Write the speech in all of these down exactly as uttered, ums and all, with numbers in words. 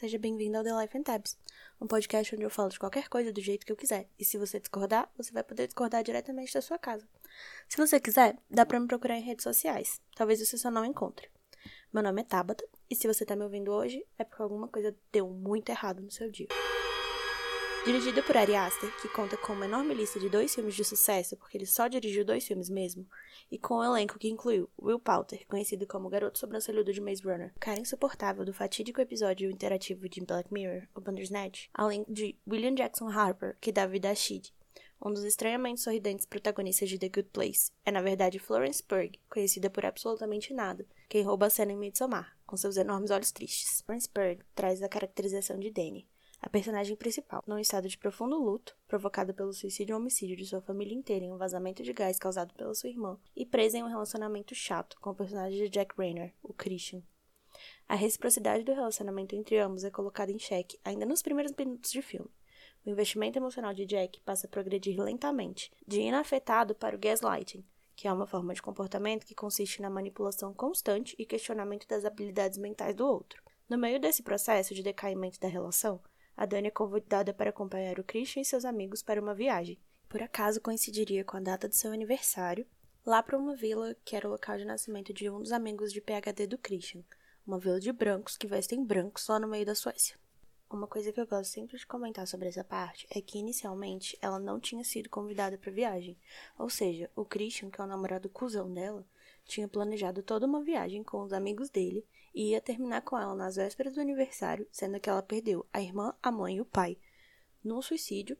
seja bem-vindo ao The Life and Tabs, um podcast onde eu falo de qualquer coisa do jeito que eu quiser, e se você discordar, você vai poder discordar diretamente da sua casa. Se você quiser, dá pra me procurar em redes sociais, talvez você só não encontre. Meu nome é Tabata, e se você tá me ouvindo hoje, é porque alguma coisa deu muito errado no seu dia. Dirigida por Ari Aster, que conta com uma enorme lista de dois filmes de sucesso, porque ele só dirigiu dois filmes mesmo, e com um elenco que incluiu Will Poulter, conhecido como o garoto sobrancelhudo de Maze Runner, o cara insuportável do fatídico episódio interativo de Black Mirror, o Bandersnatch, além de William Jackson Harper, que dá vida a Shid, um dos estranhamente sorridentes protagonistas de The Good Place. É, na verdade, Florence Pugh, conhecida por absolutamente nada, quem rouba a cena em Midsommar, com seus enormes olhos tristes. Florence Pugh traz a caracterização de Dani, a personagem principal, num estado de profundo luto, provocado pelo suicídio e homicídio de sua família inteira em um vazamento de gás causado pela sua irmã, e presa em um relacionamento chato com o personagem de Jack Reynor, o Christian. A reciprocidade do relacionamento entre ambos é colocada em xeque ainda nos primeiros minutos de filme. O investimento emocional de Jack passa a progredir lentamente, de inafetado para o gaslighting, que é uma forma de comportamento que consiste na manipulação constante e questionamento das habilidades mentais do outro. No meio desse processo de decaimento da relação, a Dani é convidada para acompanhar o Christian e seus amigos para uma viagem. Por acaso coincidiria com a data de seu aniversário, lá para uma vila que era o local de nascimento de um dos amigos de P H D do Christian, uma vila de brancos que vestem brancos lá no meio da Suécia. Uma coisa que eu gosto sempre de comentar sobre essa parte é que, inicialmente, ela não tinha sido convidada para a viagem. Ou seja, o Christian, que é o namorado cuzão dela, tinha planejado toda uma viagem com os amigos dele e ia terminar com ela nas vésperas do aniversário, sendo que ela perdeu a irmã, a mãe e o pai num suicídio,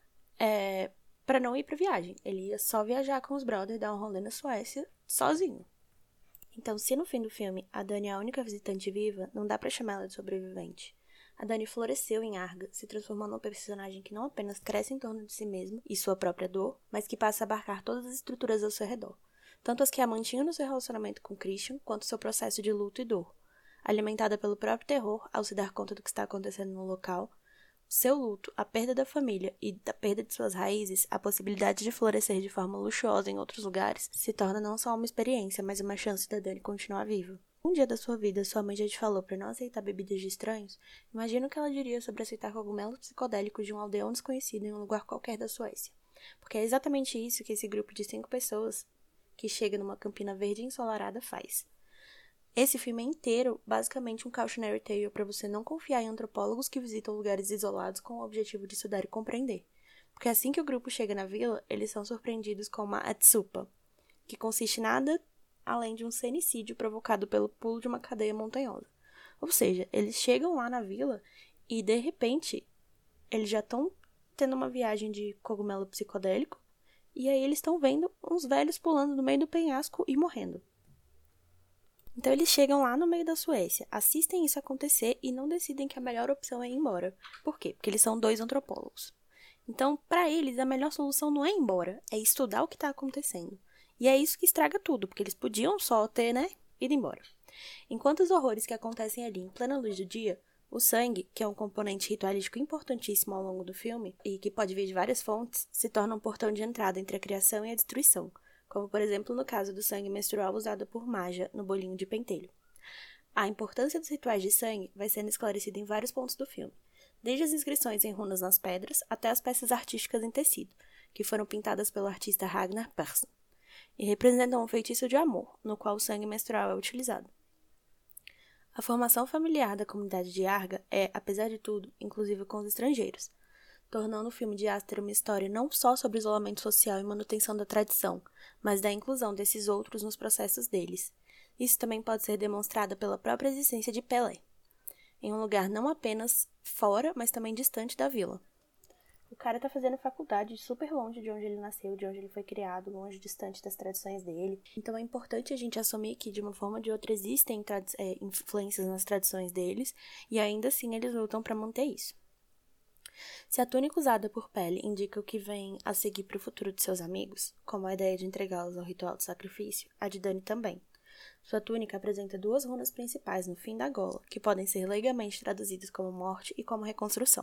é, para não ir para a viagem. Ele ia só viajar com os brothers, dar um rolê na Suécia, sozinho. Então, se no fim do filme a Dani é a única visitante viva, não dá para chamar ela de sobrevivente. A Dani floresceu em Arga, se transformando num personagem que não apenas cresce em torno de si mesmo e sua própria dor, mas que passa a abarcar todas as estruturas ao seu redor, tanto as que a mantinham no seu relacionamento com Christian, quanto seu processo de luto e dor. Alimentada pelo próprio terror ao se dar conta do que está acontecendo no local, seu luto, a perda da família e da perda de suas raízes, a possibilidade de florescer de forma luxuosa em outros lugares, se torna não só uma experiência, mas uma chance da Dani continuar viva. Um dia da sua vida, sua mãe já te falou para não aceitar bebidas de estranhos? Imagina o que ela diria sobre aceitar cogumelos psicodélicos de um aldeão desconhecido em um lugar qualquer da Suécia. Porque é exatamente isso que esse grupo de cinco pessoas que chega numa campina verde ensolarada faz. Esse filme é inteiro, basicamente um cautionary tale para você não confiar em antropólogos que visitam lugares isolados com o objetivo de estudar e compreender. Porque assim que o grupo chega na vila, eles são surpreendidos com uma atsupa, que consiste em nada além de um cenicídio provocado pelo pulo de uma cadeia montanhosa. Ou seja, eles chegam lá na vila e, de repente, eles já estão tendo uma viagem de cogumelo psicodélico e aí eles estão vendo uns velhos pulando no meio do penhasco e morrendo. Então eles chegam lá no meio da Suécia, assistem isso acontecer e não decidem que a melhor opção é ir embora. Por quê? Porque eles são dois antropólogos. Então, para eles, a melhor solução não é ir embora, é estudar o que está acontecendo. E é isso que estraga tudo, porque eles podiam só ter, né, ido embora. Enquanto os horrores que acontecem ali em plena luz do dia, o sangue, que é um componente ritualístico importantíssimo ao longo do filme, e que pode vir de várias fontes, se torna um portão de entrada entre a criação e a destruição, como por exemplo no caso do sangue menstrual usado por Maja no bolinho de pentelho. A importância dos rituais de sangue vai sendo esclarecida em vários pontos do filme, desde as inscrições em runas nas pedras até as peças artísticas em tecido, que foram pintadas pelo artista Ragnar Persson, e representam um feitiço de amor, no qual o sangue menstrual é utilizado. A formação familiar da comunidade de Arga é, apesar de tudo, inclusiva com os estrangeiros, tornando o filme de Aster uma história não só sobre isolamento social e manutenção da tradição, mas da inclusão desses outros nos processos deles. Isso também pode ser demonstrado pela própria existência de Pelé, em um lugar não apenas fora, mas também distante da vila. O cara tá fazendo faculdade super longe de onde ele nasceu, de onde ele foi criado, longe, distante das tradições dele. Então é importante a gente assumir que, de uma forma ou de outra, existem é, influências nas tradições deles, e ainda assim eles lutam para manter isso. Se a túnica usada por Pelle indica o que vem a seguir para o futuro de seus amigos, como a ideia de entregá-los ao ritual do sacrifício, a de Dani também. Sua túnica apresenta duas runas principais no fim da gola, que podem ser leigamente traduzidas como morte e como reconstrução.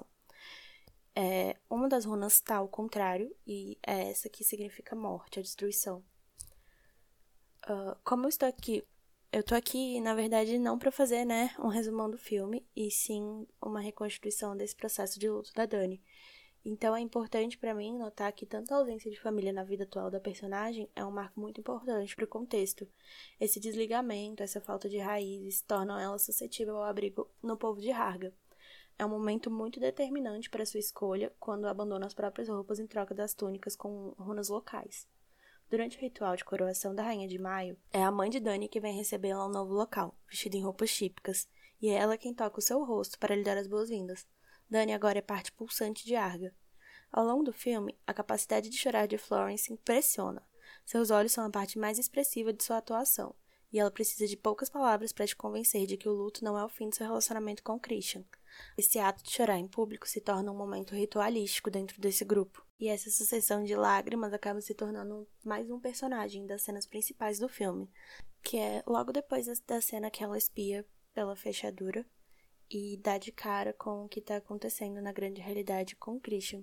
É, uma das runas está ao contrário, e é essa que significa morte, a destruição. Uh, como eu estou aqui Eu tô aqui, na verdade, não pra fazer, né, um resumão do filme, e sim uma reconstituição desse processo de luto da Dani. Então é importante pra mim notar que tanto a ausência de família na vida atual da personagem é um marco muito importante pro contexto. Esse desligamento, essa falta de raízes, tornam ela suscetível ao abrigo no povo de Harga. É um momento muito determinante para sua escolha quando abandona as próprias roupas em troca das túnicas com runas locais. Durante o ritual de coroação da Rainha de Maio, é a mãe de Dani que vem recebê-la ao novo local, vestida em roupas típicas, e é ela quem toca o seu rosto para lhe dar as boas-vindas. Dani agora é parte pulsante de Arga. Ao longo do filme, a capacidade de chorar de Florence impressiona. Seus olhos são a parte mais expressiva de sua atuação, e ela precisa de poucas palavras para te convencer de que o luto não é o fim do seu relacionamento com Christian. Esse ato de chorar em público se torna um momento ritualístico dentro desse grupo, e essa sucessão de lágrimas acaba se tornando mais um personagem das cenas principais do filme, que é logo depois da cena que ela espia pela fechadura e dá de cara com o que está acontecendo na grande realidade com Christian.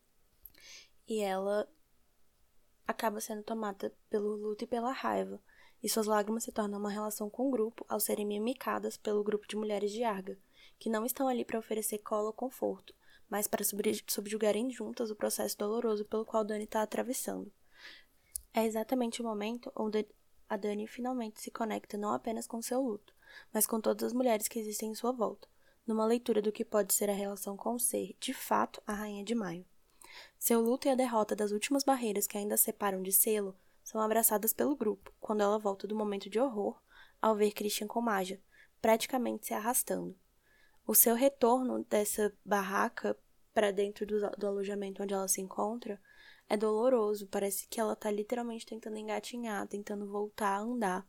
E ela acaba sendo tomada pelo luto e pela raiva, e suas lágrimas se tornam uma relação com o grupo ao serem mimicadas pelo grupo de mulheres de Arga, que não estão ali para oferecer cola ou conforto, mas para subjugarem juntas o processo doloroso pelo qual Dani está atravessando. É exatamente o momento onde a Dani finalmente se conecta não apenas com seu luto, mas com todas as mulheres que existem em sua volta, numa leitura do que pode ser a relação com o ser, de fato, a Rainha de Maio. Seu luto e a derrota das últimas barreiras que ainda a separam de Selo são abraçadas pelo grupo, quando ela volta do momento de horror ao ver Christian com Maja, praticamente se arrastando. O seu retorno dessa barraca para dentro do, do alojamento onde ela se encontra é doloroso, parece que ela está literalmente tentando engatinhar, tentando voltar a andar.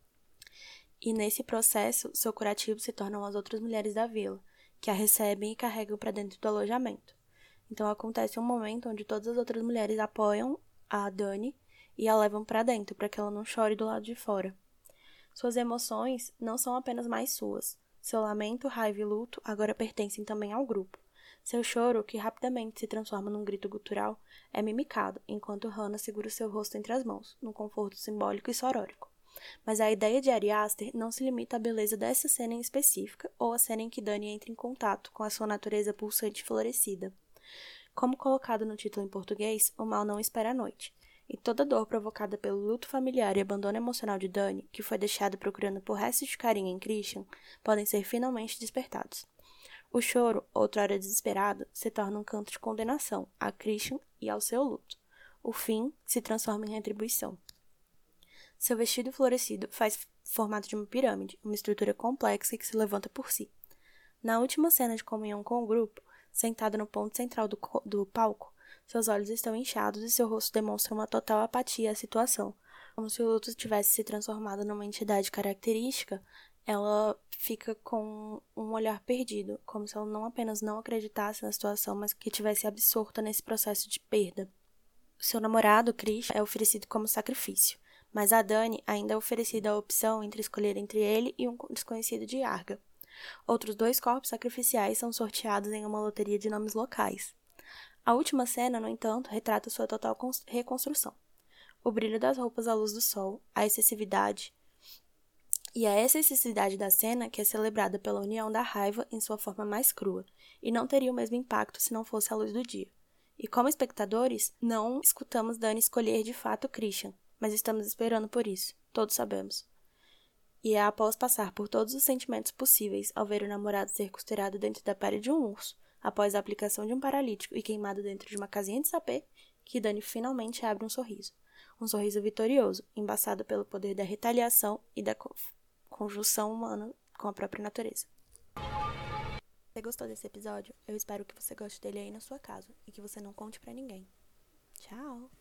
E nesse processo, seu curativo se tornam as outras mulheres da vila, que a recebem e carregam para dentro do alojamento. Então acontece um momento onde todas as outras mulheres apoiam a Dani e a levam para dentro, para que ela não chore do lado de fora. Suas emoções não são apenas mais suas. Seu lamento, raiva e luto agora pertencem também ao grupo. Seu choro, que rapidamente se transforma num grito gutural, é mimicado, enquanto Hannah segura seu rosto entre as mãos, num conforto simbólico e sorórico. Mas a ideia de Ari Aster não se limita à beleza dessa cena em específica ou à cena em que Dani entra em contato com a sua natureza pulsante e florescida. Como colocado no título em português, o mal não espera a noite, e toda dor provocada pelo luto familiar e abandono emocional de Dani, que foi deixada procurando por restos de carinho em Christian, podem ser finalmente despertados. O choro, outrora desesperado, se torna um canto de condenação a Christian e ao seu luto. O fim se transforma em retribuição. Seu vestido florescido faz formato de uma pirâmide, uma estrutura complexa que se levanta por si. Na última cena de comunhão com o grupo, sentado no ponto central do, do palco, seus olhos estão inchados e seu rosto demonstra uma total apatia à situação. Como se o luto tivesse se transformado numa entidade característica, ela fica com um olhar perdido, como se ela não apenas não acreditasse na situação, mas que tivesse absorta nesse processo de perda. Seu namorado, Chris, é oferecido como sacrifício, mas a Dani ainda é oferecida a opção entre escolher entre ele e um desconhecido de Arga. Outros dois corpos sacrificiais são sorteados em uma loteria de nomes locais. A última cena, no entanto, retrata sua total reconstrução. O brilho das roupas à luz do sol, a excessividade e a excessividade da cena que é celebrada pela união da raiva em sua forma mais crua, e não teria o mesmo impacto se não fosse a luz do dia. E como espectadores, não escutamos Dani escolher de fato Christian, mas estamos esperando por isso, todos sabemos. E é após passar por todos os sentimentos possíveis ao ver o namorado ser costurado dentro da pele de um urso, após a aplicação de um paralítico e queimado dentro de uma casinha de sapê, que Dani finalmente abre um sorriso. Um sorriso vitorioso, embaçado pelo poder da retaliação e da conjunção humana com a própria natureza. Se você gostou desse episódio, eu espero que você goste dele aí na sua casa e que você não conte pra ninguém. Tchau!